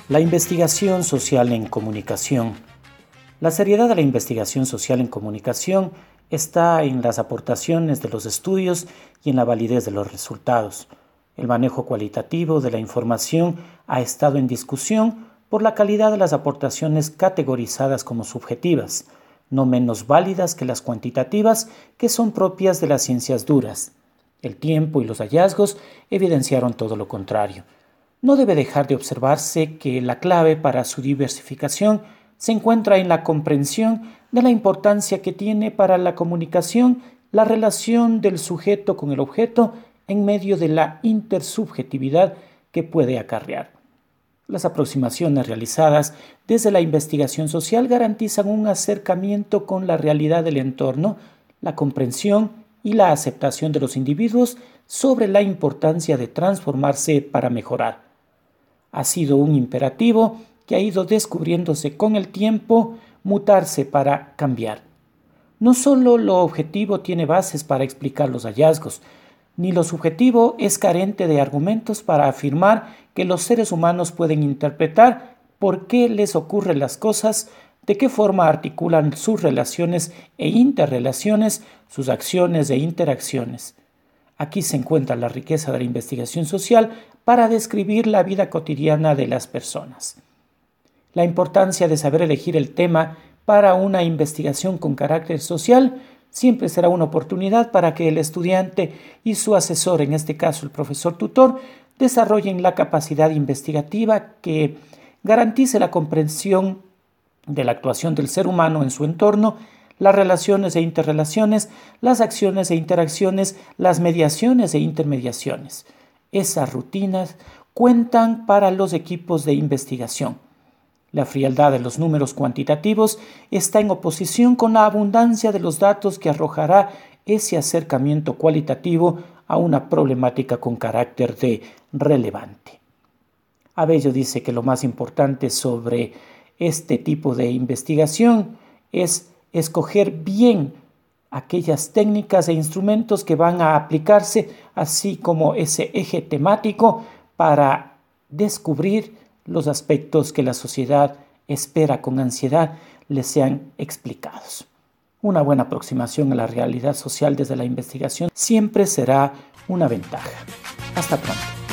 La investigación social en comunicación. La seriedad de la investigación social en comunicación está en las aportaciones de los estudios y en la validez de los resultados. El manejo cualitativo de la información ha estado en discusión por la calidad de las aportaciones categorizadas como subjetivas, no menos válidas que las cuantitativas, que son propias de las ciencias duras. El tiempo y los hallazgos evidenciaron todo lo contrario. No debe dejar de observarse que la clave para su diversificación se encuentra en la comprensión de la importancia que tiene para la comunicación la relación del sujeto con el objeto en medio de la intersubjetividad que puede acarrear. Las aproximaciones realizadas desde la investigación social garantizan un acercamiento con la realidad del entorno, la comprensión y la aceptación de los individuos sobre la importancia de transformarse para mejorar. Ha sido un imperativo que ha ido descubriéndose con el tiempo, mutarse para cambiar. No solo lo objetivo tiene bases para explicar los hallazgos, ni lo subjetivo es carente de argumentos para afirmar que los seres humanos pueden interpretar por qué les ocurren las cosas, de qué forma articulan sus relaciones e interrelaciones, sus acciones e interacciones. Aquí se encuentra la riqueza de la investigación social para describir la vida cotidiana de las personas. La importancia de saber elegir el tema para una investigación con carácter social siempre será una oportunidad para que el estudiante y su asesor, en este caso el profesor tutor, desarrollen la capacidad investigativa que garantice la comprensión de la actuación del ser humano en su entorno, las relaciones e interrelaciones, las acciones e interacciones, las mediaciones e intermediaciones. Esas rutinas cuentan para los equipos de investigación. La frialdad de los números cuantitativos está en oposición con la abundancia de los datos que arrojará ese acercamiento cualitativo a una problemática con carácter de relevante. Abello dice que lo más importante sobre este tipo de investigación es escoger bien aquellas técnicas e instrumentos que van a aplicarse, así como ese eje temático para descubrir los aspectos que la sociedad espera con ansiedad les sean explicados. Una buena aproximación a la realidad social desde la investigación siempre será una ventaja. Hasta pronto.